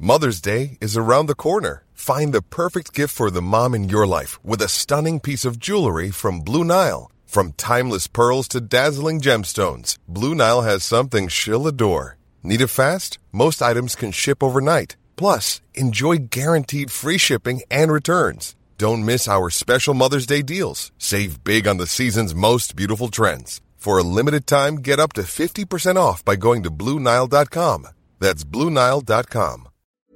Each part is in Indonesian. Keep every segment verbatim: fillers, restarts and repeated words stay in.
Mother's Day is around the corner. Find the perfect gift for the mom in your life with a stunning piece of jewelry from Blue Nile. From timeless pearls to dazzling gemstones, Blue Nile has something she'll adore. Need it fast? Most items can ship overnight. Plus, enjoy guaranteed free shipping and returns. Don't miss our special Mother's Day deals. Save big on the season's most beautiful trends. For a limited time, get up to fifty percent off by going to Blue Nile dot com. That's Blue Nile dot com.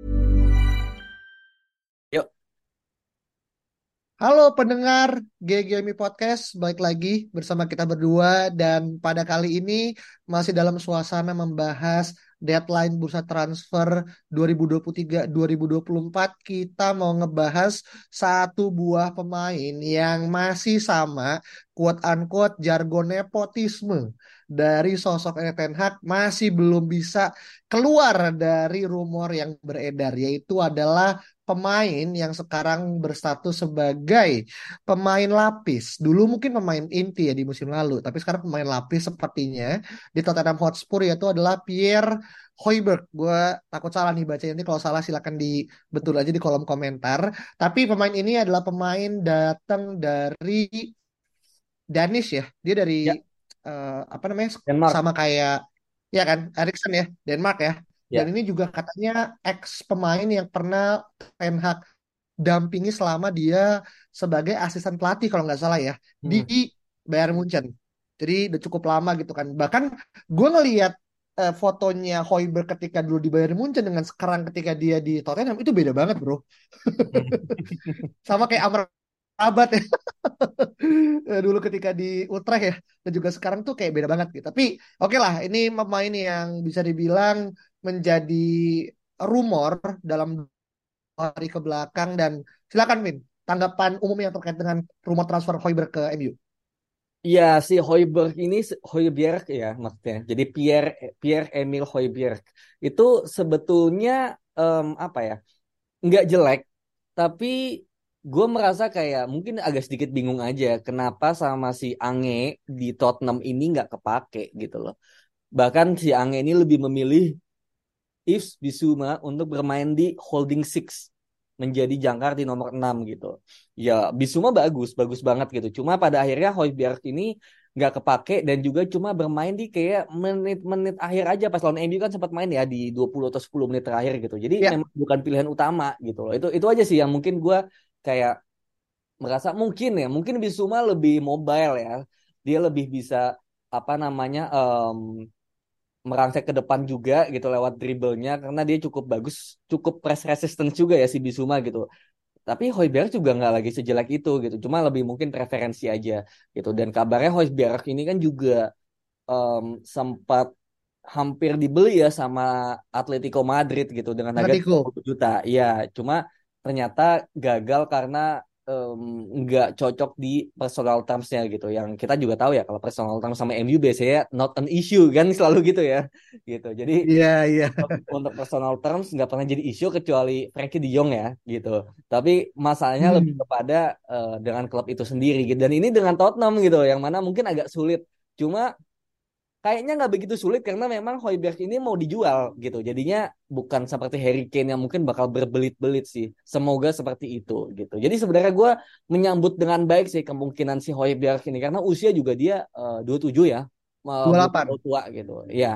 Yuk. Halo pendengar G G M I Podcast, balik lagi bersama kita berdua dan pada kali ini masih dalam suasana membahas deadline bursa transfer dua ribu dua puluh tiga dua ribu dua puluh empat. Kita mau ngebahas satu buah pemain yang masih sama quote unquote jargon nepotisme dari sosok Erik ten Hag masih belum bisa keluar dari rumor yang beredar, yaitu adalah pemain yang sekarang berstatus sebagai pemain lapis. Dulu mungkin pemain inti ya di musim lalu, tapi sekarang pemain lapis sepertinya di Tottenham Hotspur, yaitu adalah Pierre Højbjerg. Gue takut salah nih bacanya, ini kalau salah silakan dibetul aja di kolom komentar. Tapi pemain ini adalah pemain datang dari Danish ya. Dia dari Ya, eh, apa namanya? Denmark. Sama kayak ya kan Eriksen ya, Denmark ya. Dan Ya. ini juga katanya ex pemain yang pernah Ten Hag dampingi selama dia sebagai asisten pelatih kalau nggak salah ya di Hmm. Bayern Munchen. Jadi udah cukup lama gitu kan. Bahkan gue ngelihat eh, fotonya Højbjerg ketika dulu di Bayern Munchen dengan sekarang ketika dia di Tottenham itu beda banget bro. Sama kayak Amrabat ya. Eh, dulu ketika di Utrecht ya, dan juga sekarang tuh kayak beda banget gitu. Tapi oke lah, ini pemain yang bisa dibilang menjadi rumor dalam dua hari ke belakang. Dan silakan Min, tanggapan umum yang terkait dengan rumor transfer Højbjerg ke M U. Iya, si Højbjerg ini Højbjerg ya maksudnya. Jadi Pierre Pierre Emil Højbjerg itu sebetulnya em, apa ya? Nggak jelek, tapi gue merasa kayak mungkin agak sedikit bingung aja kenapa sama si Ange di Tottenham ini nggak kepake gitu loh. Bahkan si Ange ini lebih memilih Yves Bissouma untuk bermain di holding six, menjadi jangkar di nomor enam gitu. Ya, Bissouma bagus, bagus banget gitu. Cuma pada akhirnya Højbjerg ini nggak kepake dan juga cuma bermain di kayak menit-menit akhir aja pas lawan M U kan sempat main ya di dua puluh atau sepuluh menit terakhir gitu. Jadi Ya, memang bukan pilihan utama gitu loh. Itu itu aja sih yang mungkin gue kayak merasa mungkin ya, mungkin Bissouma lebih mobile ya. Dia lebih bisa apa namanya em, merangsek ke depan juga gitu lewat dribblenya karena dia cukup bagus, cukup press resistance juga ya si Bissouma gitu. Tapi Højbjerg juga nggak lagi sejelek itu gitu, cuma lebih mungkin preferensi aja gitu. Dan kabarnya Højbjerg ini kan juga em, sempat hampir dibeli ya sama Atletico Madrid gitu dengan harga tiga Atletico. puluh juta. Iya, cuma ternyata gagal karena em, nggak cocok di personal terms-nya gitu. Yang kita juga tahu ya kalau personal terms sama M U biasanya not an issue kan selalu gitu ya. Gitu. Jadi Iya, iya. untuk, untuk personal terms nggak pernah jadi isu kecuali Frankie De Jong ya gitu. Tapi masalahnya lebih Hmm. kepada eh, dengan klub itu sendiri gitu. Dan ini dengan Tottenham gitu, yang mana mungkin agak sulit. Cuma kayaknya nggak begitu sulit karena memang Højbjerg ini mau dijual gitu. Jadinya bukan seperti Harry Kane yang mungkin bakal berbelit-belit sih. Semoga seperti itu gitu. Jadi sebenarnya gue menyambut dengan baik sih kemungkinan si Højbjerg ini karena usia juga dia eh, dua puluh tujuh ya. Eh, belum dua puluh delapan. terlalu tua gitu. Iya.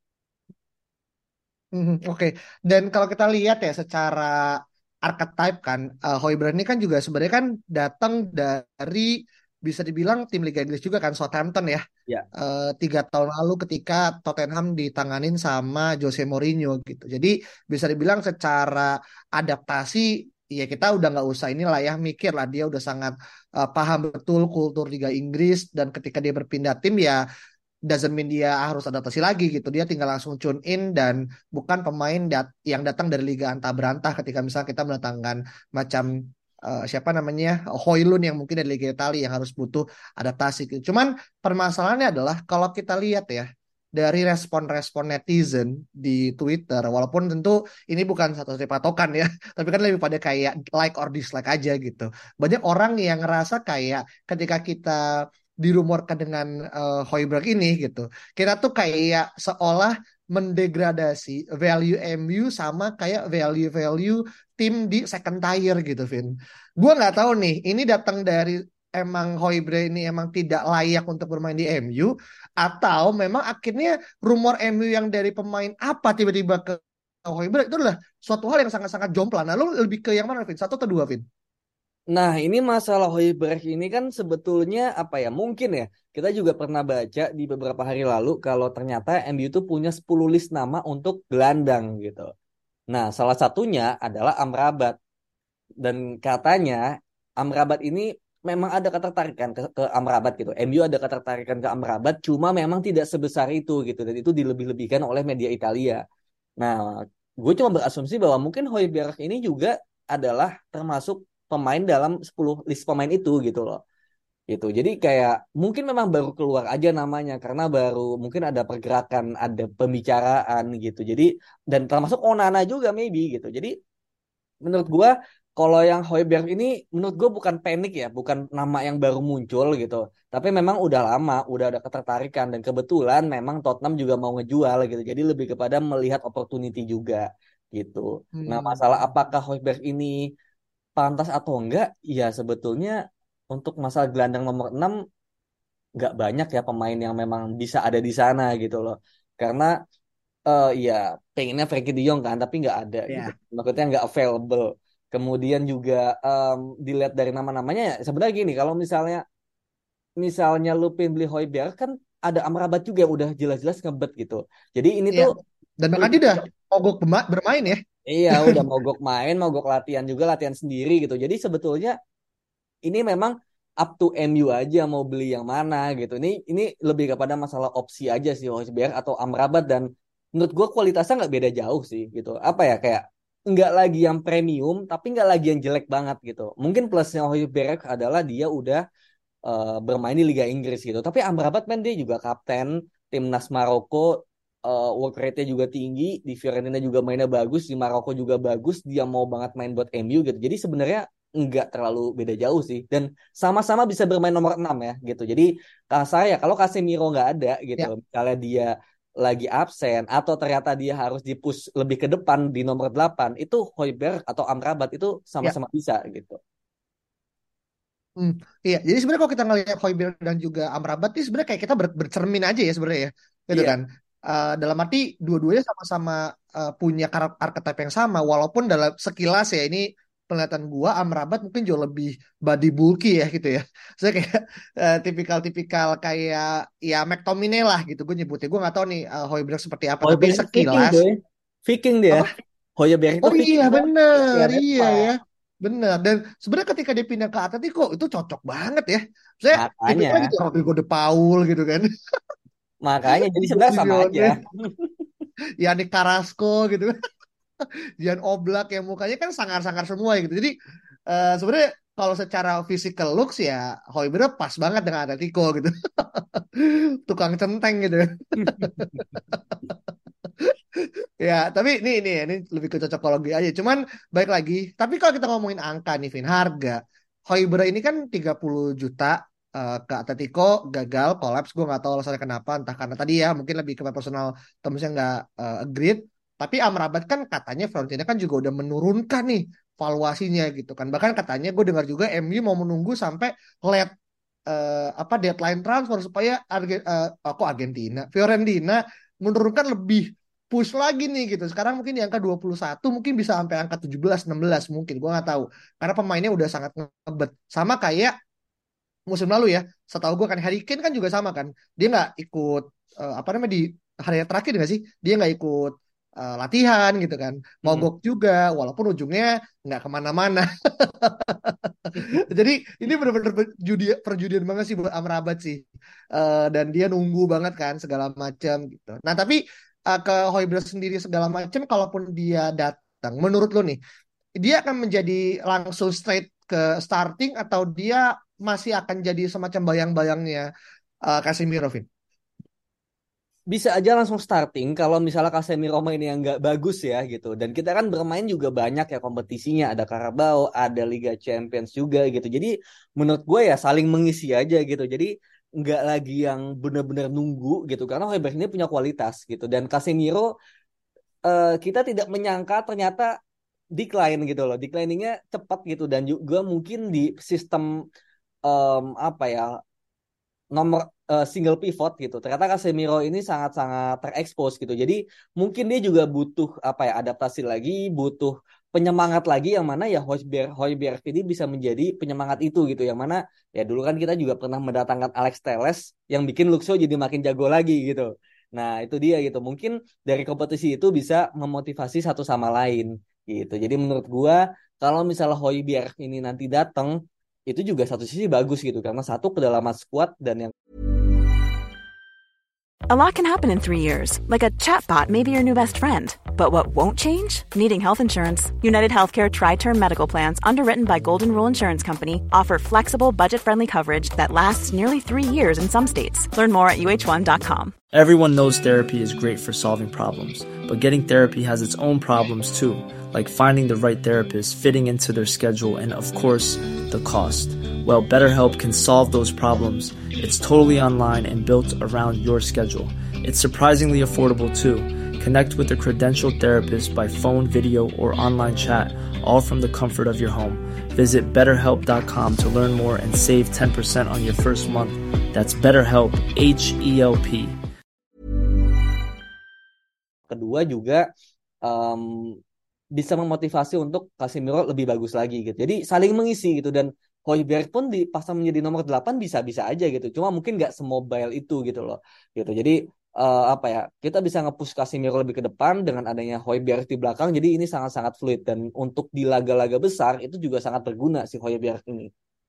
Mhm, Oke, dan kalau kita lihat ya secara archetype kan, uh, Højbjerg ini kan juga sebenarnya kan datang dari bisa dibilang tim Liga Inggris juga kan, Southampton ya. Ya. Eh, tiga tahun lalu ketika Tottenham ditanganin sama Jose Mourinho gitu. Jadi bisa dibilang secara adaptasi ya kita udah nggak usah inilah ya mikir lah, dia udah sangat uh, paham betul kultur Liga Inggris, dan ketika dia berpindah tim ya doesn't mean dia harus adaptasi lagi gitu. Dia tinggal langsung tune in dan bukan pemain dat yang datang dari liga antah berantah ketika misalnya kita mendatangkan macam eh, siapa namanya Højlund yang mungkin dari Liga Italia yang harus butuh adaptasi gitu. Cuman permasalahannya adalah kalau kita lihat ya dari respon-respon netizen di Twitter, walaupun tentu ini bukan satu-satunya patokan ya, tapi kan lebih pada kayak like or dislike aja gitu. Banyak orang yang ngerasa kayak ketika kita dirumorkan dengan uh, Højbjerg ini gitu, kita tuh kayak seolah mendegradasi value M U sama kayak value-value tim di second tier gitu, Vin. Gue nggak tahu nih, ini datang dari emang Højbjerg ini emang tidak layak untuk bermain di M U atau memang akhirnya rumor M U yang dari pemain apa tiba-tiba ke Højbjerg itu adalah suatu hal yang sangat-sangat jomplang. Nah, lu lebih ke yang mana, Vin? Satu atau dua, Vin? Nah, ini masalah Højbjerg ini kan sebetulnya apa ya? Mungkin ya, kita juga pernah baca di beberapa hari lalu kalau ternyata M U itu punya sepuluh list nama untuk gelandang gitu. Nah, salah satunya adalah Amrabat. Dan katanya Amrabat ini memang ada ketertarikan ke, ke Amrabat gitu. M U ada ketertarikan ke Amrabat, cuma memang tidak sebesar itu gitu. Dan itu dilebih-lebihkan oleh media Italia. Nah, gue cuma berasumsi bahwa mungkin Højbjerg ini juga adalah termasuk pemain dalam sepuluh list pemain itu gitu loh. Gitu. Jadi kayak mungkin memang baru keluar aja namanya karena baru mungkin ada pergerakan, ada pembicaraan gitu. Jadi dan termasuk Onana juga maybe gitu. Jadi menurut gua kalau yang Højbjerg ini menurut gua bukan panik ya, bukan nama yang baru muncul gitu. Tapi memang udah lama, udah ada ketertarikan dan kebetulan memang Tottenham juga mau ngejual gitu. Jadi lebih kepada melihat opportunity juga gitu. Nah, Hmm. masalah apakah Højbjerg ini pantas atau enggak? Ya sebetulnya untuk masalah gelandang nomor enam nggak banyak ya pemain yang memang bisa ada di sana gitu loh. Karena eh ya pengennya Frankie De Jong kan, tapi nggak ada gitu. Ya. Maksudnya nggak available. Kemudian juga em, dilihat dari nama-namanya ya sebenarnya gini, kalau misalnya misalnya lu pengen beli Højbjerg kan ada Amrabat juga yang udah jelas-jelas ngebet gitu. Jadi ini Iya. tuh Dan bahkan lebih dia udah mogok bema- bermain ya. iya udah mogok main, mogok latihan juga latihan sendiri gitu. Jadi sebetulnya ini memang up to M U aja mau beli yang mana gitu. Ini ini lebih kepada masalah opsi aja sih Højbjerg atau Amrabat dan menurut gue kualitasnya nggak beda jauh sih gitu. Apa ya kayak nggak lagi yang premium tapi nggak lagi yang jelek banget gitu. Mungkin plusnya Højbjerg adalah dia udah eh, bermain di Liga Inggris gitu. Tapi Amrabat man dia juga kapten timnas Maroko, eh, work rate-nya juga tinggi, di Fiorentina juga mainnya bagus, di Maroko juga bagus, dia mau banget main buat M U gitu. Jadi sebenarnya nggak terlalu beda jauh sih dan sama-sama bisa bermain nomor enam ya gitu. Jadi kasar ya kalau Casemiro nggak ada gitu, Ya. misalnya dia lagi absen atau ternyata dia harus dipush lebih ke depan di nomor delapan itu Højbjerg atau Amrabat itu Ya. sama-sama bisa gitu. Hmm, iya, jadi sebenarnya kalau kita ngelihat Højbjerg dan juga Amrabat ini sebenarnya kayak kita ber- bercermin aja ya sebenarnya ya, gitu Iya. kan. Eh, dalam arti dua-duanya sama-sama eh, punya karakter archetype yang sama, walaupun dalam sekilas ya ini penglihatan gua Amrabat mungkin jauh lebih body bulky ya gitu ya. Saya kayak eh, tipikal-tipikal kayak ya McTominay lah gitu gue nyebutnya. Gue nggak tahu nih uh, Højbjerg seperti apa, tapi Højbjerg itu Viking sekilas boy, Viking dia. apa? Højbjerg itu Oh iya Viking boy, bener, ya iya ya. Denmark. Bener. Dan sebenarnya ketika dia pindah ke Atletico itu cocok banget ya. Saya Makanya, tipikal gitu Rodrigo de Paul gitu kan. makanya jadi Diego sebenarnya sama aja. Simeone, Yannick Carrasco gitu kan. Jan Oblak yang mukanya kan sangar-sangar semua gitu. Jadi eh, sebenarnya kalau secara physical looks ya Højbjerg pas banget dengan Atletico gitu. Tukang centeng gitu. Ya, tapi ini ini ini lebih ke cocokologi aja. Cuman baik lagi, tapi kalau kita ngomongin angka nih, Vin, harga Højbjerg ini kan tiga puluh juta eh, ke Atletico gagal, kolaps. Gue nggak tahu alasannya kenapa, entah karena tadi ya mungkin lebih ke personal termsnya nggak eh, agreed. Tapi Amrabat kan katanya Fiorentina kan juga udah menurunkan nih valuasinya gitu kan. Bahkan katanya gue dengar juga M U mau menunggu sampai late eh, apa deadline transfer supaya Arge, eh, kok Argentina, Fiorentina menurunkan lebih push lagi nih gitu. Sekarang mungkin di angka dua puluh satu mungkin bisa sampai angka tujuh belas enam belas mungkin gua nggak tahu. Karena pemainnya udah sangat ngebet. Sama kayak musim lalu ya. Setahu gua kan Harry Kane kan juga sama kan. Dia nggak ikut eh, apa namanya di hari yang terakhir nggak sih? Dia nggak ikut eh, latihan gitu kan. Mm-mm. Mogok juga walaupun ujungnya nggak kemana-mana. Jadi ini benar-benar judi, perjudian banget sih buat Amrabat sih. Eh, dan dia nunggu banget kan segala macam gitu. Nah tapi eh, ke Højbjerg sendiri segala macam, kalaupun dia datang, menurut lo nih, dia akan menjadi langsung straight ke starting atau dia masih akan jadi semacam bayang-bayangnya eh, Casemiro, Vin? Bisa aja langsung starting kalau misalnya Casemiro ini yang nggak bagus ya gitu. Dan kita kan bermain juga banyak ya kompetisinya. Ada Carabao, ada Liga Champions juga gitu. Jadi menurut gue ya saling mengisi aja gitu. Jadi nggak lagi yang benar-benar nunggu gitu karena Højbjerg ini punya kualitas gitu dan Casemiro eh, kita tidak menyangka ternyata decline gitu loh, decliningnya cepat gitu dan juga mungkin di sistem em, apa ya nomor eh, single pivot gitu. Ternyata Casemiro ini sangat-sangat terekspos gitu. Jadi mungkin dia juga butuh apa ya adaptasi lagi, butuh penyemangat lagi yang mana ya Højbjerg Højbjerg ini bisa menjadi penyemangat itu gitu. Yang mana ya dulu kan kita juga pernah mendatangkan Alex Telles yang bikin Luxo jadi makin jago lagi gitu. Nah, itu dia gitu. Mungkin dari kompetisi itu bisa memotivasi satu sama lain gitu. Jadi menurut gua kalau misalnya Højbjerg ini nanti datang itu juga satu sisi bagus gitu karena satu kedalaman squad dan yang A lot can happen in three years, like a chatbot may be your new best friend. But what won't change? Needing health insurance. United Healthcare Tri-Term Medical Plans, underwritten by Golden Rule Insurance Company, offer flexible, budget-friendly coverage that lasts nearly three years in some states. Learn more at U H one dot com. Everyone knows therapy is great for solving problems, but getting therapy has its own problems too, like finding the right therapist, fitting into their schedule, and of course, the cost. Well, BetterHelp can solve those problems. It's totally online and built around your schedule. It's surprisingly affordable too. Connect with a credentialed therapist by phone, video, or online chat, all from the comfort of your home. Visit better help dot com to learn more and save ten percent on your first month. That's BetterHelp, H E L P. kedua juga em, bisa memotivasi untuk Casemiro lebih bagus lagi gitu. Jadi saling mengisi gitu dan Højbjerg pun dipasang menjadi nomor delapan bisa-bisa aja gitu. Cuma mungkin nggak semobile itu gitu loh. Gitu. Jadi eh, apa ya? Kita bisa nge-push Casemiro lebih ke depan dengan adanya Højbjerg di belakang. Jadi ini sangat-sangat fluid dan untuk di laga-laga besar itu juga sangat berguna si Højbjerg ini.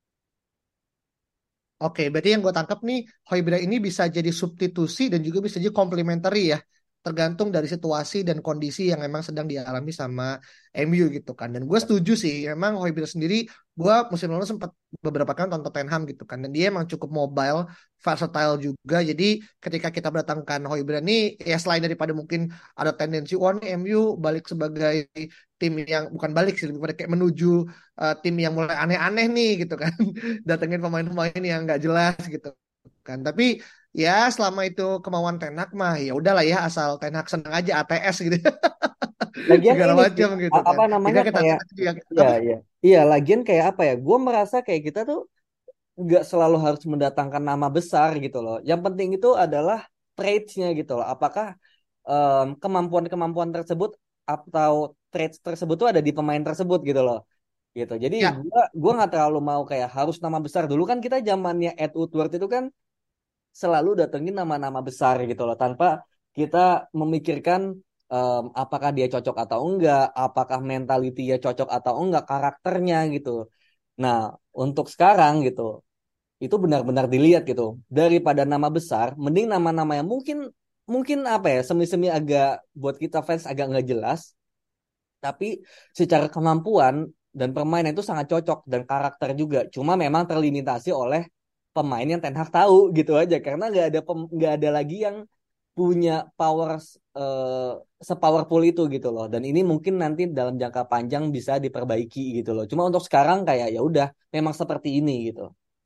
Oke, berarti yang gue tangkap nih, Højbjerg ini bisa jadi substitusi dan juga bisa jadi complementary ya. Tergantung dari situasi dan kondisi yang memang sedang dialami sama M U gitu kan. Dan gue setuju sih, memang Højbjerg sendiri, gue musim lalu sempat beberapa kali nonton Tottenham gitu kan. Dan dia emang cukup mobile, versatile juga. Jadi ketika kita mendatangkan Højbjerg ini, ya selain daripada mungkin ada tendensi, wah nih M U balik sebagai tim yang, bukan balik sih, lebih pada kayak menuju uh, tim yang mulai aneh-aneh nih gitu kan. Datengin pemain-pemain yang nggak jelas gitu kan. Tapi ya selama itu kemauan Ten Hag mah ya udahlah ya, asal Ten Hag senang aja A T S gitu. Lagian Segala ini sih, macam gitu a- kan. apa Jika namanya kita kayak juga iya apa? iya. Iya, lagian kayak apa ya? Gue merasa kayak kita tuh nggak selalu harus mendatangkan nama besar gitu loh. Yang penting itu adalah traits-nya gitu loh. Apakah em, kemampuan-kemampuan tersebut atau traits tersebut tuh ada di pemain tersebut gitu loh. Gitu. Jadi Ya, gua gua nggak terlalu mau kayak harus nama besar. Dulu kan kita zamannya Ed Woodward itu kan selalu datengin nama-nama besar gitu loh tanpa kita memikirkan em, apakah dia cocok atau enggak, apakah mentalitinya cocok atau enggak, karakternya gitu. Nah, untuk sekarang gitu itu benar-benar dilihat gitu daripada nama besar mending nama-nama yang mungkin mungkin apa ya semi-semi agak buat kita fans agak nggak jelas tapi secara kemampuan dan permainan itu sangat cocok dan karakter juga cuma memang terlimitasi oleh pemain yang Ten Hag tahu gitu aja karena nggak ada pem- nggak ada lagi yang punya power eh, sepowerful itu gitu loh dan ini mungkin nanti dalam jangka panjang bisa diperbaiki gitu loh cuma untuk sekarang kayak ya udah memang seperti ini gitu.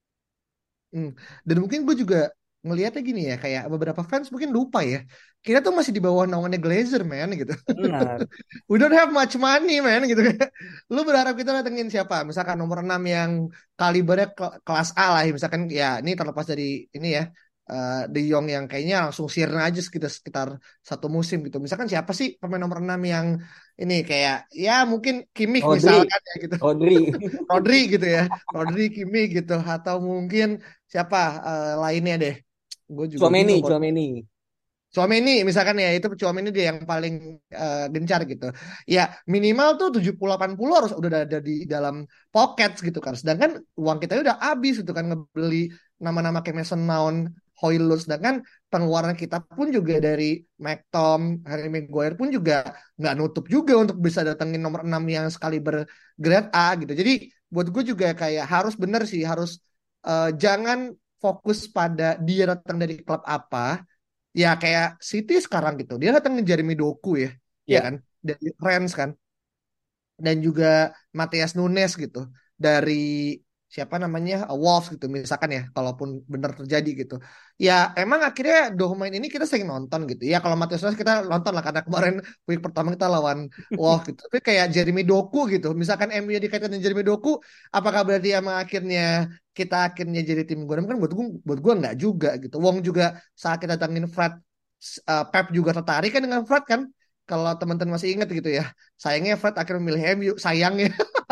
hmm. Dan mungkin gue juga ngelihatnya gini ya, kayak beberapa fans mungkin lupa ya. Kita tuh masih di bawah naungannya Glazer, man, gitu. Benar. We don't have much money, man, gitu. Lu berharap kita datengin siapa? Misalkan nomor enam yang kalibernya ke- kelas A lah, ya. Misalkan ya ini terlepas dari ini ya, eh, De Jong yang kayaknya langsung sirna aja sekitar sekitar satu musim gitu. Misalkan siapa sih pemain nomor enam yang ini kayak ya mungkin Kimmich Rodri, misalkan ya gitu. Rodri, Rodri gitu ya. Rodri, Kimmich gitu, atau mungkin siapa eh, lainnya deh. Gue juga Tchouaméni, bingung kalau Tchouaméni. Tchouaméni misalkan ya, itu Tchouaméni dia yang paling eh, gencar gitu. Ya minimal tuh tujuh puluh delapan puluh harus udah ada di dalam pocket gitu kan. Sedangkan uang kita udah habis gitu kan ngebeli nama-nama kayak Mason Mount, Højlund. Sedangkan pengeluaran kita pun juga dari McTom, Harry Maguire pun juga nggak nutup juga untuk bisa datengin nomor enam yang sekali bergrade A gitu. Jadi buat gue juga kayak harus bener sih, harus eh, jangan fokus pada dia datang dari klub apa. Ya kayak City sekarang gitu. Dia datang ke Jeremy Doku ya. Ya Ya, kan? Dari Rennes kan. Dan juga Matheus Nunes gitu. Dari siapa namanya uh, Wolves gitu misalkan ya, kalaupun benar terjadi gitu. Ya emang akhirnya dua pemain ini kita sering nonton gitu. Ya kalau Matias Nunes kita nonton lah karena kemarin week pertama kita lawan Wolves gitu. Tapi kayak Jeremy Doku gitu, misalkan M U dikaitkan dengan Jeremy Doku, apakah berarti emang akhirnya kita akhirnya jadi tim gurem? Kan buat gue buat gue nggak juga gitu. Wong juga saat kita datangin Fred, uh, Pep juga tertarik kan dengan Fred kan. Kalau teman-teman masih ingat gitu ya, sayangnya Fred akhirnya memilih M U, sayangnya.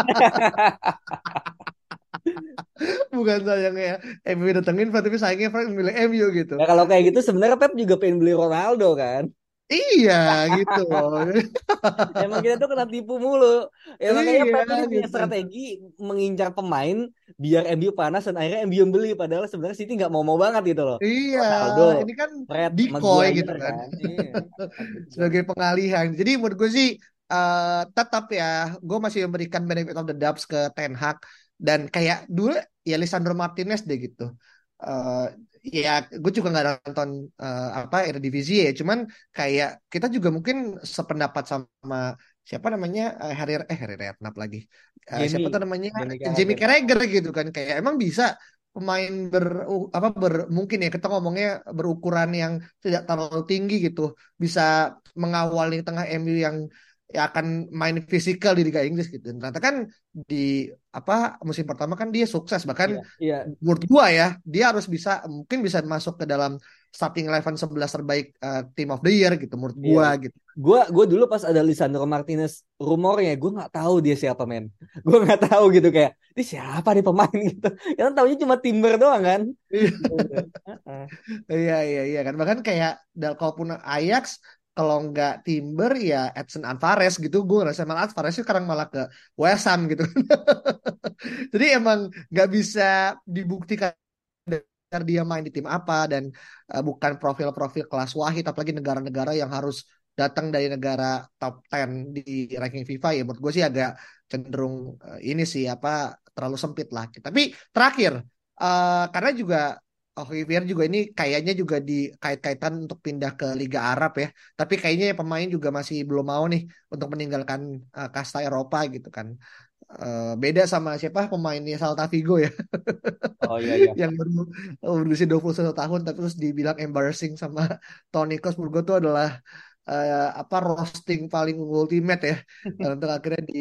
Bukan sayangnya M U datengin Fred, tapi sayangnya Fred memilih M U gitu. Ya kalau kayak gitu sebenarnya Pep juga pengen beli Ronaldo kan. Iya gitu loh. Emang kita tuh kena tipu mulu. Ya makanya Iya Pep ini punya gitu. strategi mengincar pemain biar M U panas dan akhirnya M U yang beli. Padahal sebenarnya City nggak mau-mau banget gitu loh. Iya, Ronaldo, ini kan Fred, decoy gitu Maguire kan. kan. Iya. Aduh. Sebagai pengalihan. Jadi menurut gue sih eh, tetap ya, gue masih memberikan benefit of the doubt ke Ten Hag, dan kayak dulu ya Lisandro Martinez deh gitu. Eh, ya gue juga nggak nonton eh, apa Eredivisie ya, cuman kayak kita juga mungkin sependapat sama siapa namanya eh, Harry eh Harry Redknapp lagi. Eh, siapa tuh Jamie, namanya Jamie Jamie Carragher. Carragher gitu kan, kayak emang bisa pemain ber uh, apa ber mungkin ya kita ngomongnya berukuran yang tidak terlalu tinggi gitu bisa mengawal di tengah M U yang ya akan main fisikal di Liga Inggris gitu. Dan ternyata kan di apa musim pertama kan dia sukses, bahkan Iya, iya. menurut gua ya dia harus bisa mungkin bisa masuk ke dalam starting eleven sebelas terbaik uh, team of the year gitu menurut Iya. gua gitu. Gue gue dulu pas ada Lisandro Martinez rumornya gue nggak tahu dia siapa men. Gue nggak tahu gitu kayak ini siapa nih pemain gitu. Yang tahunya cuma Timber doang kan. Gitu. Heeh. Iya iya iya kan, bahkan kayak dal- kalaupun Ajax kalau nggak Timber ya Edson Alvarez gitu, gue ngerasa malah Alvarez itu sekarang malah ke West Ham gitu. Jadi emang nggak bisa dibuktikan dari dia main di tim apa, dan uh, bukan profil-profil kelas wahid, apalagi negara-negara yang harus datang dari negara top sepuluh di ranking FIFA. Ya menurut gue sih agak cenderung uh, ini sih apa terlalu sempit lah. Tapi terakhir uh, karena juga Olivier juga ini kayaknya juga dikait-kaitan untuk pindah ke Liga Arab ya. Tapi kayaknya pemain juga masih belum mau nih untuk meninggalkan uh, kasta Eropa gitu kan. Uh, beda sama siapa pemainnya Celta Vigo ya, Oh iya iya. yang baru uh, berusia dua puluh satu tahun tapi terus dibilang embarrassing sama Toni Kroos. Menurut gue tuh adalah uh, apa roasting paling ultimate ya. Dan untuk akhirnya di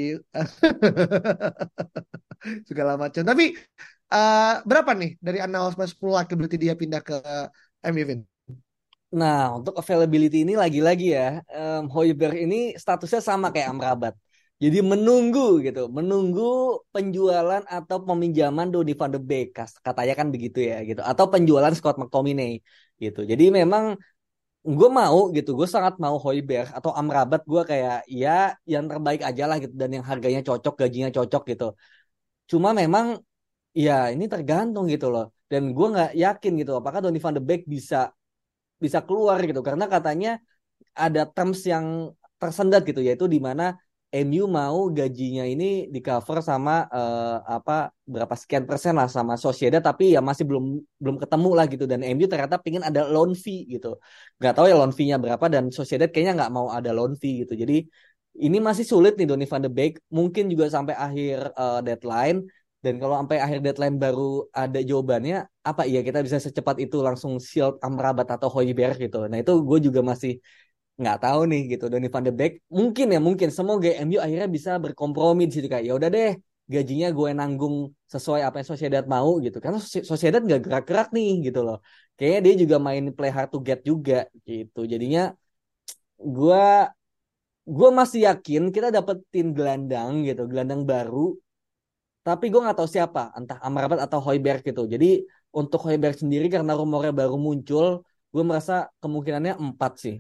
segala macam. Tapi uh, berapa nih dari announcement sepuluh laki berarti dia pindah ke M U, Vin? Nah untuk availability ini lagi-lagi ya em, Højbjerg ini statusnya sama kayak Amrabat. Jadi menunggu gitu, menunggu penjualan atau peminjaman Donny van de Beek, kas- katanya kan begitu ya gitu, atau penjualan Scott McTominay gitu. Jadi memang gue mau gitu, gue sangat mau Højbjerg atau Amrabat, gue kayak ya yang terbaik aja lah gitu dan yang harganya cocok, gajinya cocok gitu. Cuma memang ya ini tergantung gitu loh, dan gue nggak yakin gitu apakah Donny van de Beek bisa bisa keluar gitu karena katanya ada terms yang tersendat gitu yaitu di mana M U mau gajinya ini di cover sama eh, apa berapa sekian persen lah sama Sociedad tapi ya masih belum belum ketemu lah gitu dan M U ternyata pingin ada loan fee gitu nggak tahu ya loan fee-nya berapa dan Sociedad kayaknya nggak mau ada loan fee gitu jadi ini masih sulit nih Donny van de Beek mungkin juga sampai akhir eh, deadline dan kalau sampai akhir deadline baru ada jawabannya apa iya kita bisa secepat itu langsung shield Amrabat atau Højbjerg gitu nah itu gue juga masih nggak tahu nih gitu Donny van de Beek mungkin ya mungkin semoga M U akhirnya bisa berkompromi di situ kayak ya udah deh gajinya gue nanggung sesuai apa yang Sociedad mau gitu karena Sociedad nggak gerak-gerak nih gitu loh kayaknya dia juga main play hard to get juga gitu jadinya gue gue masih yakin kita dapetin gelandang gitu gelandang baru tapi gue nggak tahu siapa entah Amrabat atau Højbjerg gitu jadi untuk Højbjerg sendiri karena rumornya baru muncul gue merasa kemungkinannya empat sih.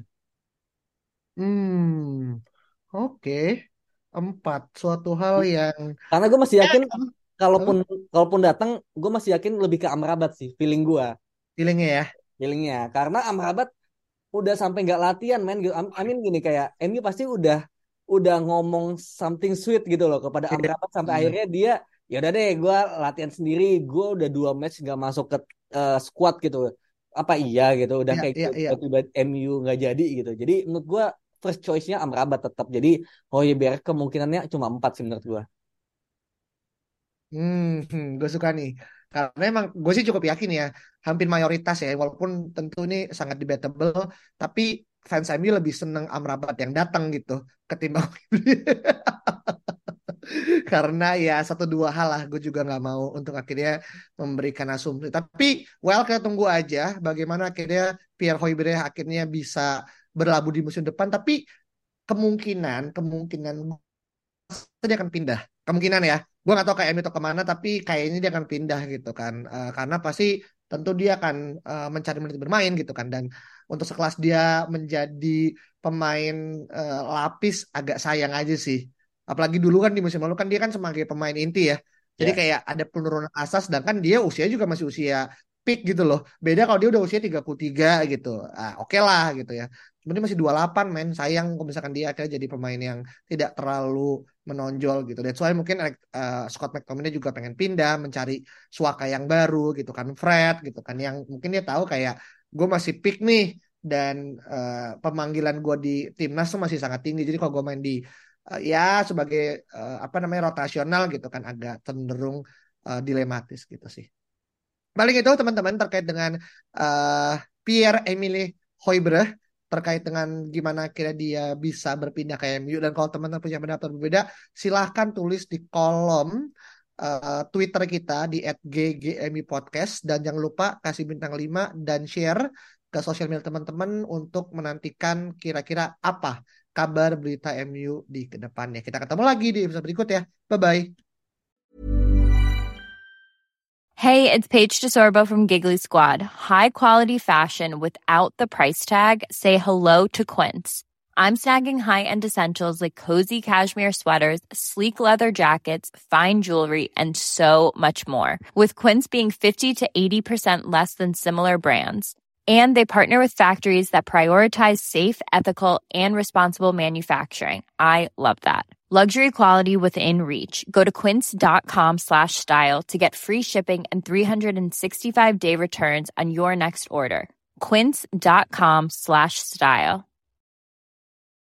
Hmm, oke. Empat. Suatu hal yang Karena gue masih ya, yakin apa? kalaupun kalaupun datang, gue masih yakin lebih ke Amrabat sih, feeling gue, Feelingnya ya. feelingnya. Karena Amrabat udah sampai nggak latihan, men. Gitu. I mean gini kayak M U pasti udah udah ngomong something sweet gitu loh kepada Iya. Amrabat sampai Iya, akhirnya dia ya udah deh, gue latihan sendiri, gue udah dua match nggak masuk ke eh, squad gitu. Apa iya gitu, udah iya, kayak iya, gitu, iya. tiba-tiba M U nggak jadi gitu. Jadi menurut gue first choice-nya Amrabat tetap. Jadi Højbjerg kemungkinannya cuma empat sih menurut gue. Hmm, hmm, gue suka nih. Karena emang gue sih cukup yakin ya, hampir mayoritas ya, walaupun tentu ini sangat debatable, tapi fans M U lebih seneng Amrabat yang datang gitu ketimbang karena ya satu dua hal lah gue juga nggak mau untuk akhirnya memberikan asumsi. Tapi well kita tunggu aja bagaimana akhirnya Pierre Højbjerg akhirnya bisa berlabuh di musim depan. Tapi kemungkinan kemungkinan dia akan pindah. Kemungkinan ya. Gue gak tahu kayak M U atau kemana, tapi kayaknya dia akan pindah gitu kan. Eh, karena pasti tentu dia akan eh, mencari menit bermain gitu kan. Dan untuk sekelas dia menjadi pemain eh, lapis agak sayang aja sih. Apalagi dulu kan di musim lalu kan dia kan sebagai pemain inti ya. Jadi Ya. kayak ada penurunan asas, sedangkan dia usia juga masih usia peak gitu loh. Beda kalau dia udah usia tiga puluh tiga gitu. Ah, oke lah gitu ya. Sebenarnya masih dua puluh delapan men. Sayang kalau misalkan dia akhirnya jadi pemain yang tidak terlalu menonjol gitu. That's why mungkin uh, Scott McTominay juga pengen pindah mencari suaka yang baru gitu kan, Fred gitu kan, yang mungkin dia tahu kayak gue masih pick nih dan uh, pemanggilan gue di timnas tuh masih sangat tinggi. Jadi kalau gue main di uh, ya sebagai uh, apa namanya rotasional gitu kan agak cenderung uh, dilematis gitu sih. Paling itu teman-teman terkait dengan uh, Pierre-Emile Højbjerg terkait dengan gimana kira dia bisa berpindah ke M U. Dan kalau teman-teman punya pendapat berbeda, silahkan tulis di kolom uh, Twitter kita di at g g m i podcast. Dan jangan lupa kasih bintang lima dan share ke sosial media teman-teman untuk menantikan kira-kira apa kabar berita M U di kedepannya. Kita ketemu lagi di episode berikut ya. Bye-bye. Hey, it's Paige DeSorbo from Giggly Squad. High quality fashion without the price tag. Say hello to Quince. I'm snagging high-end essentials like cozy cashmere sweaters, sleek leather jackets, fine jewelry, and so much more. With Quince being fifty to eighty percent less than similar brands. And they partner with factories that prioritize safe, ethical, and responsible manufacturing. I love that. Luxury quality within reach. Go to quince.com slash style to get free shipping and three sixty-five day returns on your next order. Quince.com slash style.